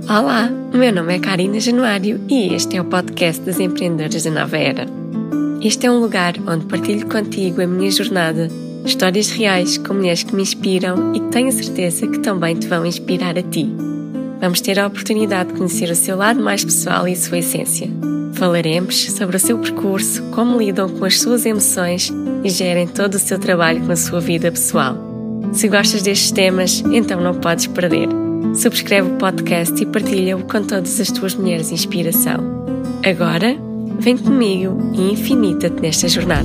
Olá, o meu nome é Karina Januário e este é o podcast das empreendedoras da Nova Era. Este é um lugar onde partilho contigo a minha jornada, histórias reais com mulheres que me inspiram e que tenho certeza que também te vão inspirar a ti. Vamos ter a oportunidade de conhecer o seu lado mais pessoal e a sua essência. Falaremos sobre o seu percurso, como lidam com as suas emoções e gerem todo o seu trabalho com a sua vida pessoal. Se gostas destes temas, então não podes perder. Subscreve o podcast e partilha-o com todas as tuas mulheres de inspiração. Agora, vem comigo e infinita-te nesta jornada.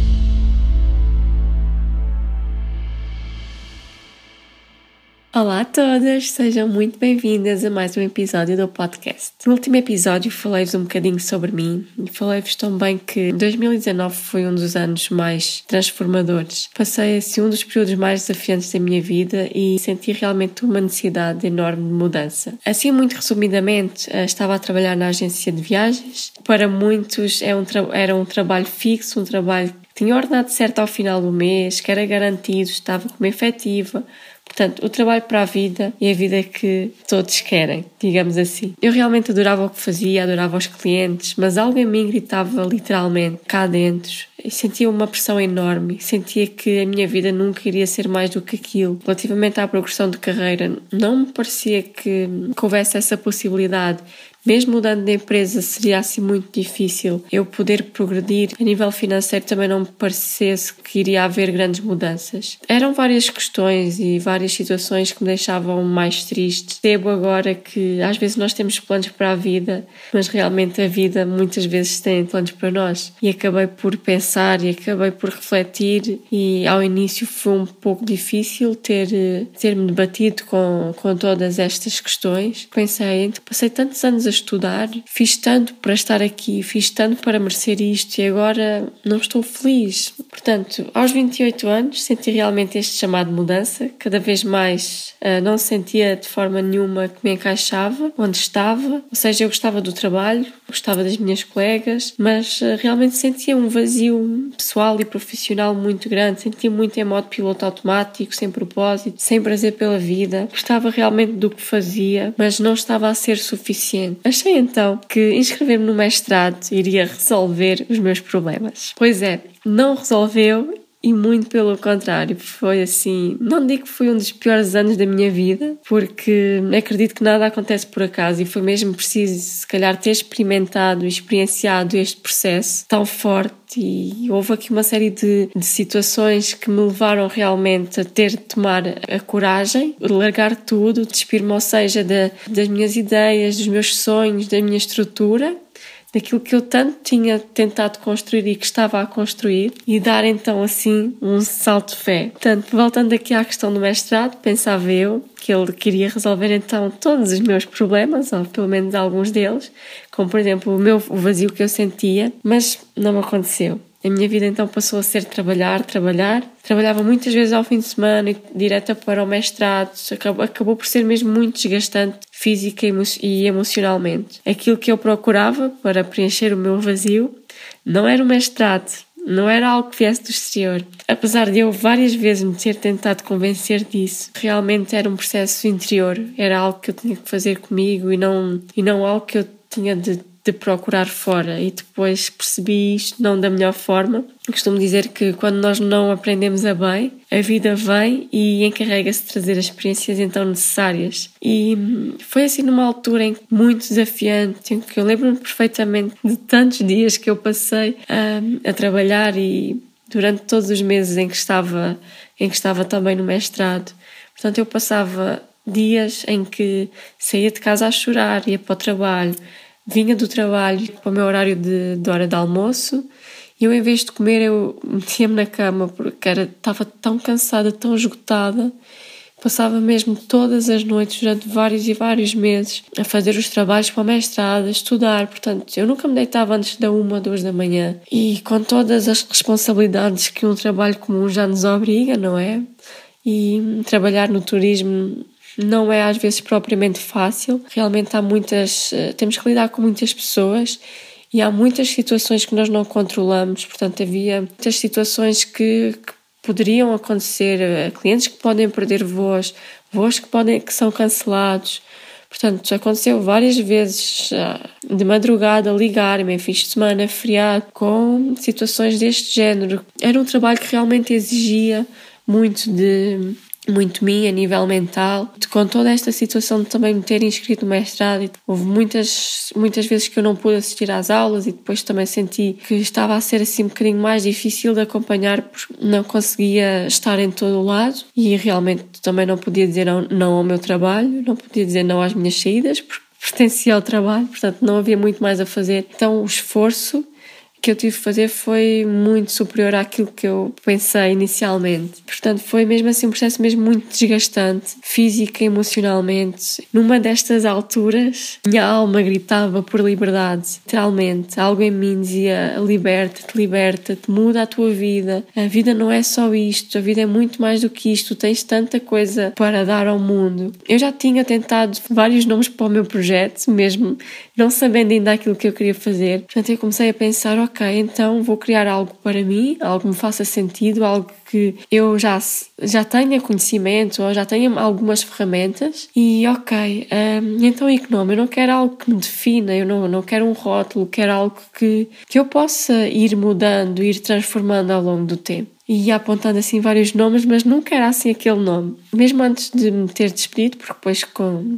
Olá a todas, sejam muito bem-vindas a mais um episódio do podcast. No último episódio falei-vos um bocadinho sobre mim e falei-vos também que 2019 foi um dos anos mais transformadores. Passei assim um dos períodos mais desafiantes da minha vida e senti realmente uma necessidade enorme de mudança. Assim, muito resumidamente, estava a trabalhar na agência de viagens. Para muitos era um trabalho fixo, um trabalho que tinha ordenado certo ao final do mês, que era garantido, estava como efetiva. Portanto, o trabalho para a vida e a vida que todos querem, digamos assim. Eu realmente adorava o que fazia, adorava os clientes, mas algo em mim gritava literalmente cá dentro. E sentia uma pressão enorme, sentia que a minha vida nunca iria ser mais do que aquilo. Relativamente à progressão de carreira, não me parecia que houvesse essa possibilidade. Mesmo mudando de empresa seria assim muito difícil eu poder progredir. A nível financeiro também não me parecesse que iria haver grandes mudanças. Eram várias questões e várias situações que me deixavam mais triste. Percebo agora que às vezes nós temos planos para a vida, mas realmente a vida muitas vezes tem planos para nós. E acabei por pensar e acabei por refletir e ao início foi um pouco difícil ter-me debatido com todas estas questões. Pensei, passei tantos anos a estudar, fiz tanto para estar aqui, fiz tanto para merecer isto e agora não estou feliz. Portanto, aos 28 anos senti realmente este chamado de mudança, cada vez mais não sentia de forma nenhuma que me encaixava onde estava, ou seja, eu gostava do trabalho, gostava das minhas colegas, mas realmente sentia um vazio pessoal e profissional muito grande, sentia muito em modo piloto automático, sem propósito, sem prazer pela vida, gostava realmente do que fazia, mas não estava a ser suficiente. Achei então que inscrever-me no mestrado iria resolver os meus problemas. Pois é, não resolveu e muito pelo contrário. Foi assim, não digo que foi um dos piores anos da minha vida, porque acredito que nada acontece por acaso e foi mesmo preciso, se calhar, ter experimentado e experienciado este processo tão forte. E houve aqui uma série de situações que me levaram realmente a ter de tomar a coragem, de largar tudo, despir-me, ou seja, das minhas ideias, dos meus sonhos, da minha estrutura, daquilo que eu tanto tinha tentado construir e que estava a construir e dar então assim um salto de fé. Portanto, voltando aqui à questão do mestrado, pensava eu que ele queria resolver então todos os meus problemas, ou pelo menos alguns deles, como por exemplo o vazio que eu sentia, mas não aconteceu. A minha vida então passou a ser trabalhar. Trabalhava muitas vezes ao fim de semana e direta para o mestrado. Acabou por ser mesmo muito desgastante física e emocionalmente. Aquilo que eu procurava para preencher o meu vazio não era o mestrado, não era algo que viesse do exterior. Apesar de eu várias vezes me ter tentado convencer disso, realmente era um processo interior. Era algo que eu tinha que fazer comigo e não algo que eu tinha de procurar fora, e depois percebi isto não da melhor forma. Eu costumo dizer que quando nós não aprendemos a bem, a vida vem e encarrega-se de trazer as experiências então necessárias. E foi assim numa altura em que muito desafiante, em que eu lembro-me perfeitamente de tantos dias que eu passei a trabalhar e durante todos os meses em que estava também no mestrado. Portanto, eu passava dias em que saía de casa a chorar, ia para o trabalho, vinha do trabalho para o meu horário de hora de almoço e eu, em vez de comer, eu metia-me na cama porque estava tão cansada, tão esgotada. Passava mesmo todas as noites durante vários e vários meses a fazer os trabalhos para o mestrado, a estudar. Portanto, eu nunca me deitava antes da 1 ou 2 da manhã. E com todas as responsabilidades que um trabalho comum já nos obriga, não é? E trabalhar no turismo não é às vezes propriamente fácil. Realmente temos que lidar com muitas pessoas e há muitas situações que nós não controlamos. Portanto, havia muitas situações que poderiam acontecer, clientes que podem perder voos que são cancelados. Portanto, aconteceu várias vezes de madrugada ligar-me em fins de semana, feriado, com situações deste género. Era um trabalho que realmente exigia muito de mim a nível mental. Com toda esta situação de também me ter inscrito no mestrado, houve muitas vezes que eu não pude assistir às aulas e depois também senti que estava a ser assim um bocadinho mais difícil de acompanhar porque não conseguia estar em todo o lado e realmente também não podia dizer não ao meu trabalho, não podia dizer não às minhas saídas porque pertencia ao trabalho, portanto não havia muito mais a fazer. Então o esforço que eu tive de fazer foi muito superior àquilo que eu pensei inicialmente. Portanto, foi mesmo assim um processo mesmo muito desgastante, física e emocionalmente. Numa destas alturas, minha alma gritava por liberdade, literalmente. Algo em mim dizia, liberta-te, muda a tua vida. A vida não é só isto, a vida é muito mais do que isto, tens tanta coisa para dar ao mundo. Eu já tinha tentado vários nomes para o meu projeto, mesmo não sabendo ainda aquilo que eu queria fazer. Portanto, eu comecei a pensar, ok, então vou criar algo para mim, algo que me faça sentido, algo que eu já tenha conhecimento ou já tenha algumas ferramentas e então e que nome? Eu não quero algo que me defina, eu não quero um rótulo, quero algo que eu possa ir mudando, ir transformando ao longo do tempo. E ia apontando assim vários nomes, mas nunca era assim aquele nome. Mesmo antes de me ter despedido, porque depois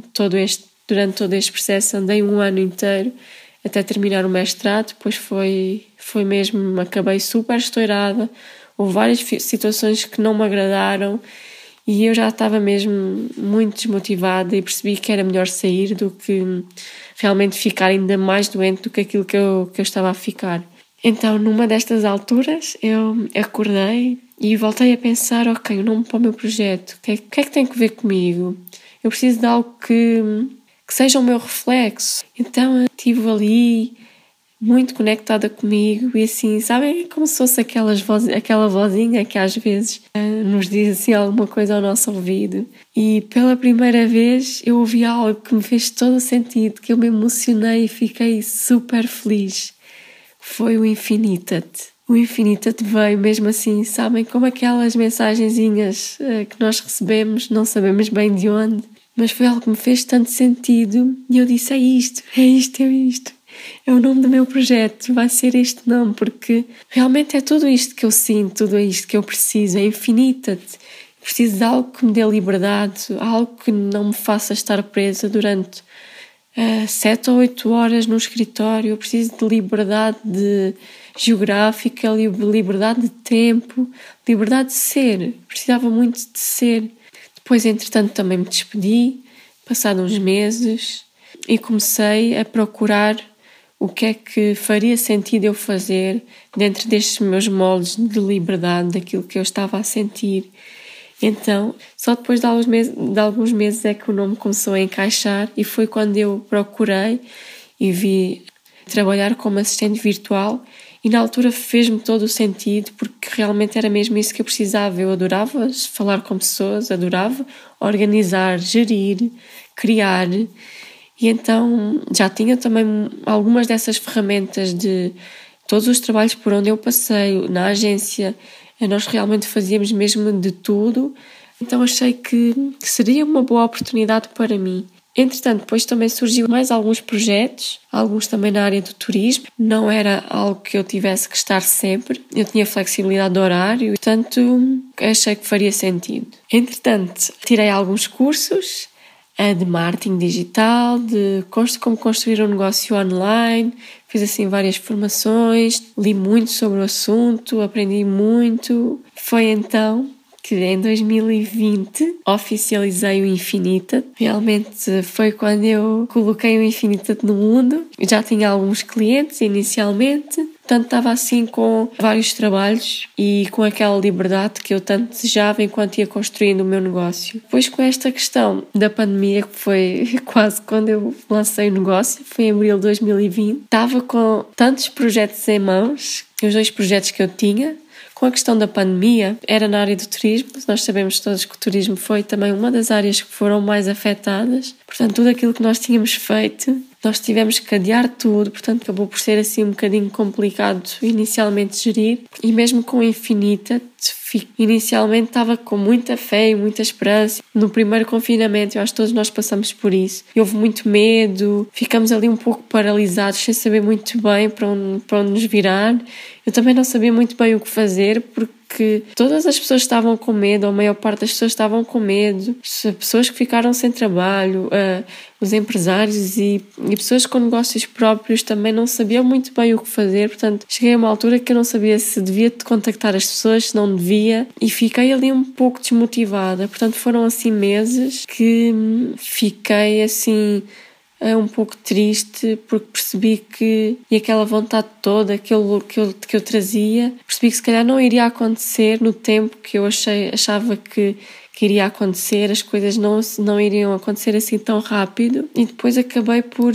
durante todo este processo andei um ano inteiro até terminar o mestrado, depois foi mesmo, acabei super estourada, houve várias situações que não me agradaram e eu já estava mesmo muito desmotivada e percebi que era melhor sair do que realmente ficar ainda mais doente do que aquilo que eu estava a ficar. Então, numa destas alturas, eu acordei e voltei a pensar, ok, o nome para o meu projeto, o que é que tem que ver comigo? Eu preciso de algo que seja o meu reflexo. Então, eu estive ali muito conectada comigo e assim, sabem, é como se fosse aquela vozinha que às vezes nos diz assim alguma coisa ao nosso ouvido. E pela primeira vez eu ouvi algo que me fez todo o sentido, que eu me emocionei e fiquei super feliz. Foi o Infinita-te. O Infinita-te veio mesmo assim, sabem, como aquelas mensagenzinhas que nós recebemos, não sabemos bem de onde, mas foi algo que me fez tanto sentido e eu disse, é isto. É o nome do meu projeto, vai ser este nome, porque realmente é tudo isto que eu sinto, tudo isto que eu preciso, é Infinita-te. Preciso de algo que me dê liberdade, algo que não me faça estar presa durante 7 ou 8 horas no escritório. Eu preciso de liberdade geográfica, liberdade de tempo, liberdade de ser. Precisava muito de ser. Depois, entretanto, também me despedi, passado uns meses, e comecei a procurar o que é que faria sentido eu fazer dentro destes meus moldes de liberdade, daquilo que eu estava a sentir. Então, só depois de alguns meses é que o nome começou a encaixar e foi quando eu procurei e vi trabalhar como assistente virtual e na altura fez-me todo o sentido porque realmente era mesmo isso que eu precisava. Eu adorava falar com pessoas, adorava organizar, gerir, criar e então já tinha também algumas dessas ferramentas de todos os trabalhos por onde eu passei na agência. Nós realmente fazíamos mesmo de tudo, então achei que seria uma boa oportunidade para mim. Entretanto, depois também surgiu mais alguns projetos, alguns também na área do turismo. Não era algo que eu tivesse que estar sempre, eu tinha flexibilidade de horário, portanto achei que faria sentido. Entretanto, tirei alguns cursos de marketing digital, de como construir um negócio online, fiz assim várias formações, li muito sobre o assunto, aprendi muito. Foi então que em 2020 oficializei o Infinita. Realmente foi quando eu coloquei o Infinita no mundo. Eu já tinha alguns clientes inicialmente, portanto estava assim com vários trabalhos e com aquela liberdade que eu tanto desejava enquanto ia construindo o meu negócio. Depois com esta questão da pandemia, que foi quase quando eu lancei o negócio, foi em abril de 2020, estava com tantos projetos em mãos, os 2 projetos que eu tinha. Com a questão da pandemia, era na área do turismo. Nós sabemos todos que o turismo foi também uma das áreas que foram mais afetadas. Portanto, tudo aquilo que nós tínhamos feito nós tivemos que adiar tudo, portanto acabou por ser assim um bocadinho complicado inicialmente gerir. E mesmo com Infinita, inicialmente estava com muita fé e muita esperança. No primeiro confinamento, eu acho que todos nós passamos por isso. E houve muito medo, ficamos ali um pouco paralisados, sem saber muito bem para onde nos virar. Eu também não sabia muito bem o que fazer, porque todas as pessoas estavam com medo, ou a maior parte das pessoas estavam com medo. As pessoas que ficaram sem trabalho, os empresários e pessoas com negócios próprios também não sabiam muito bem o que fazer. Portanto, cheguei a uma altura que eu não sabia se devia contactar as pessoas, se não devia, e fiquei ali um pouco desmotivada. Portanto, foram assim meses que fiquei assim um pouco triste, porque percebi que, e aquela vontade toda que eu trazia, percebi que se calhar não iria acontecer no tempo que eu achava que iria acontecer, as coisas não iriam acontecer assim tão rápido, e depois acabei por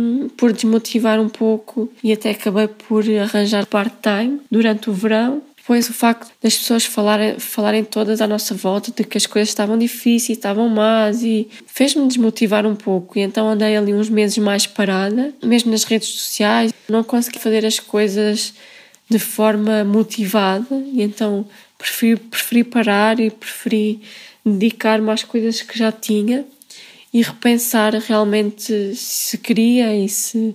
desmotivar um pouco e até acabei por arranjar part-time durante o verão. Depois o facto das pessoas falarem todas à nossa volta de que as coisas estavam difíceis, estavam más, e fez-me desmotivar um pouco. E então andei ali uns meses mais parada, mesmo nas redes sociais, não consegui fazer as coisas de forma motivada, e então preferi parar e preferi dedicar-me às coisas que já tinha e repensar realmente se queria e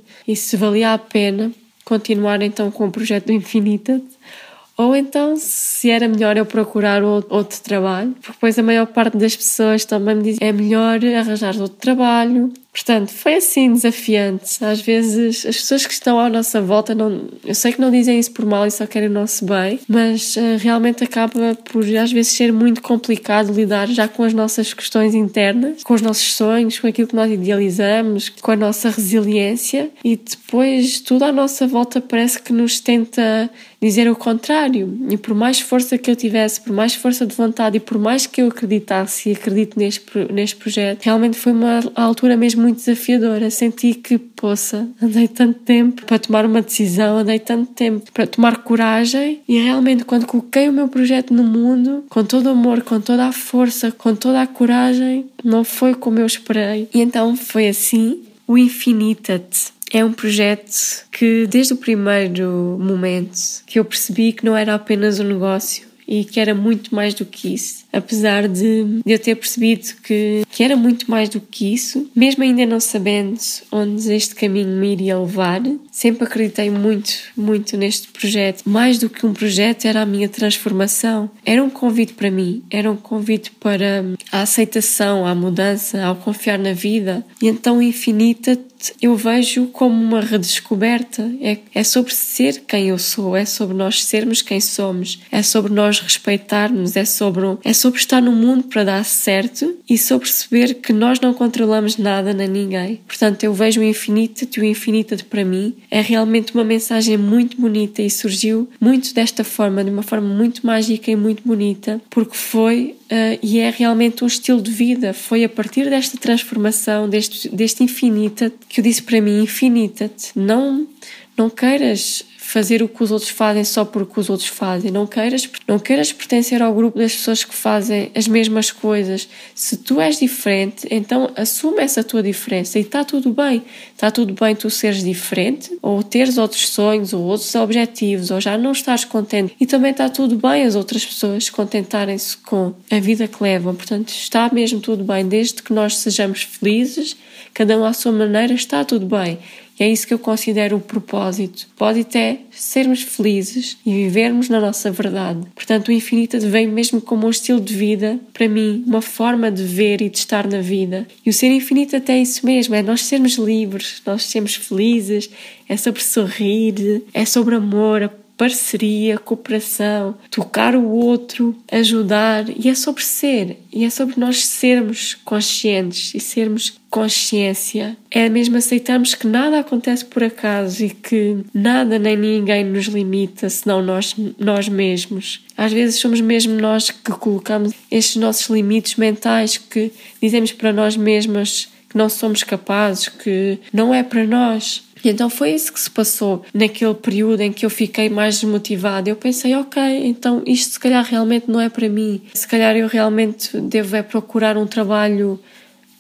se valia a pena continuar então com o projeto do Infinita, ou então se era melhor eu procurar outro trabalho, porque depois a maior parte das pessoas também me diz é melhor arranjar outro trabalho. Portanto, foi assim desafiante. Às vezes as pessoas que estão à nossa volta, eu sei que não dizem isso por mal e só querem o nosso bem, mas realmente acaba por às vezes ser muito complicado lidar já com as nossas questões internas, com os nossos sonhos, com aquilo que nós idealizamos, com a nossa resiliência, e depois tudo à nossa volta parece que nos tenta dizer o contrário. E por mais força que eu tivesse, por mais força de vontade e por mais que eu acreditasse e acredito neste projeto, realmente foi uma altura mesmo muito desafiadora. Senti que, andei tanto tempo para tomar uma decisão, andei tanto tempo para tomar coragem, e realmente quando coloquei o meu projeto no mundo, com todo o amor, com toda a força, com toda a coragem, não foi como eu esperei. E então foi assim. O Infinita-te é um projeto que, desde o primeiro momento, que eu percebi que não era apenas um negócio e que era muito mais do que isso. Apesar de eu ter percebido que era muito mais do que isso, mesmo ainda não sabendo onde este caminho me iria levar, sempre acreditei muito, muito neste projeto. Mais do que um projeto, era a minha transformação. Era um convite para mim, era um convite para a aceitação, à mudança, ao confiar na vida. E então o Infinita eu vejo como uma redescoberta. É sobre ser quem eu sou, é sobre nós sermos quem somos, é sobre nós respeitarmos, é sobre estar no mundo para dar certo e sobre perceber que nós não controlamos nada nem ninguém. Portanto, eu vejo o Infinita, e o Infinita para mim é realmente uma mensagem muito bonita, e surgiu muito desta forma, de uma forma muito mágica e muito bonita, porque foi e é realmente um estilo de vida. Foi a partir desta transformação, deste Infinita, que eu disse para mim: Infinita-te, não queiras fazer o que os outros fazem só porque os outros fazem. Não queiras pertencer ao grupo das pessoas que fazem as mesmas coisas. Se tu és diferente, então assume essa tua diferença, e está tudo bem. Está tudo bem tu seres diferente, ou teres outros sonhos, ou outros objetivos, ou já não estares contente. E também está tudo bem as outras pessoas contentarem-se com a vida que levam. Portanto, está mesmo tudo bem. Desde que nós sejamos felizes, cada um à sua maneira, está tudo bem. E é isso que eu considero o propósito. O propósito é sermos felizes e vivermos na nossa verdade. Portanto, o Infinita vem mesmo como um estilo de vida, para mim, uma forma de ver e de estar na vida. E o ser Infinita é isso mesmo, é nós sermos livres, nós sermos felizes, é sobre sorrir, é sobre amor, parceria, cooperação, tocar o outro, ajudar, e é sobre ser, e é sobre nós sermos conscientes e sermos consciência. É mesmo aceitarmos que nada acontece por acaso e que nada nem ninguém nos limita senão nós mesmos. Às vezes somos mesmo nós que colocamos estes nossos limites mentais, que dizemos para nós mesmos que não somos capazes, que não é para nós. E então foi isso que se passou naquele período em que eu fiquei mais desmotivada. Eu pensei, ok, então isto se calhar realmente não é para mim. Se calhar eu realmente devo procurar um trabalho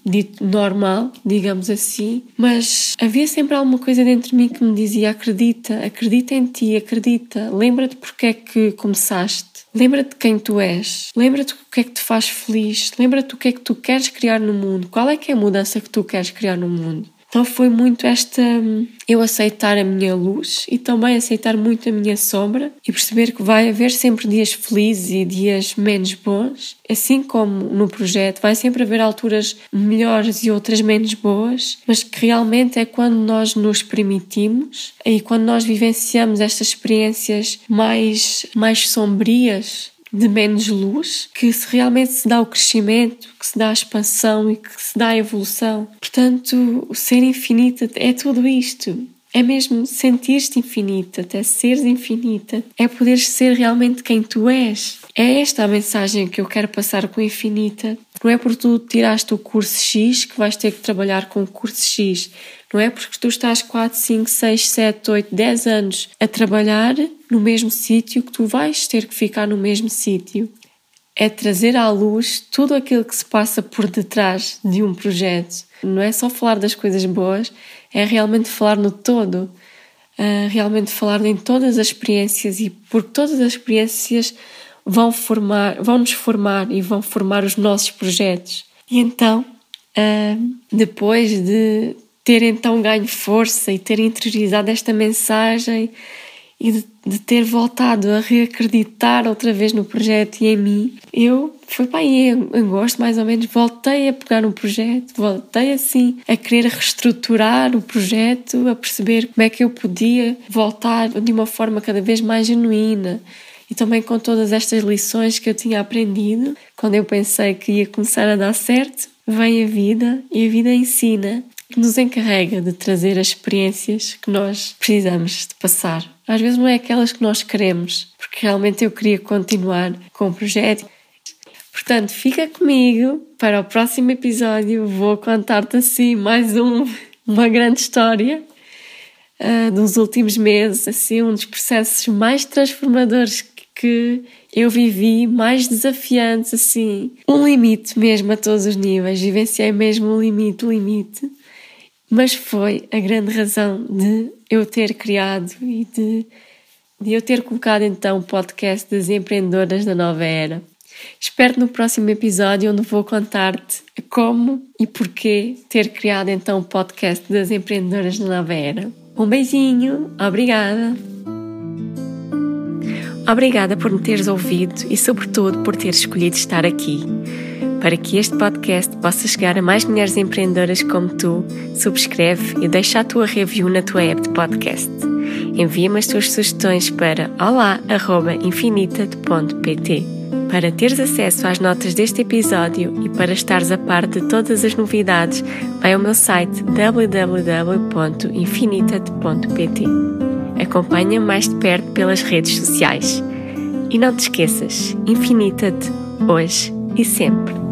dito normal, digamos assim, mas havia sempre alguma coisa dentro de mim que me dizia: acredita em ti, acredita, lembra-te porque é que começaste, lembra-te de quem tu és, lembra-te o que é que te faz feliz, lembra-te o que é que tu queres criar no mundo, qual é que é a mudança que tu queres criar no mundo. Então foi muito eu aceitar a minha luz e também aceitar muito a minha sombra e perceber que vai haver sempre dias felizes e dias menos bons, assim como no projeto vai sempre haver alturas melhores e outras menos boas, mas que realmente é quando nós nos permitimos e quando nós vivenciamos estas experiências mais sombrias, de menos luz, que realmente se dá o crescimento, que se dá a expansão e que se dá a evolução. Portanto, o ser infinita é tudo isto. É mesmo sentir-te infinita, até seres infinita. É poderes ser realmente quem tu és. É esta a mensagem que eu quero passar com infinita. Não é porque tu tiraste o curso X que vais ter que trabalhar com o curso X. Não é porque tu estás 4, 5, 6, 7, 8, 10 anos a trabalhar no mesmo sítio que tu vais ter que ficar no mesmo sítio. É trazer à luz tudo aquilo que se passa por detrás de um projeto. Não é só falar das coisas boas, é realmente falar no todo. Realmente falar em todas as experiências, e porque todas as experiências vão nos formar e vão formar os nossos projetos. E então, depois de ter então ganho força e ter interiorizado esta mensagem e de ter voltado a reacreditar outra vez no projeto e em mim, em agosto mais ou menos, voltei a pegar no projeto, voltei assim a querer reestruturar o projeto, a perceber como é que eu podia voltar de uma forma cada vez mais genuína. E também com todas estas lições que eu tinha aprendido, quando eu pensei que ia começar a dar certo, vem a vida e a vida ensina, que nos encarrega de trazer as experiências que nós precisamos de passar. Às vezes não é aquelas que nós queremos, porque realmente eu queria continuar com o projeto. Portanto, fica comigo para o próximo episódio. Vou contar-te assim mais uma grande história dos últimos meses, assim, um dos processos mais transformadores que eu vivi, mais desafiantes, assim, um limite mesmo a todos os níveis, vivenciei mesmo o limite, mas foi a grande razão de eu ter criado e de eu ter colocado então o podcast das empreendedoras da nova era. Espero-te no próximo episódio, onde vou contar-te como e porquê ter criado então o podcast das empreendedoras da nova era. Um beijinho, obrigada! Obrigada por me teres ouvido e, sobretudo, por teres escolhido estar aqui. Para que este podcast possa chegar a mais mulheres empreendedoras como tu, subscreve e deixa a tua review na tua app de podcast. Envia-me as tuas sugestões para olá@infinita.pt. Para teres acesso às notas deste episódio e para estares a par de todas as novidades, vai ao meu site www.infinitat.pt. Acompanha-me mais de perto pelas redes sociais. E não te esqueças, Infinita-te hoje e sempre.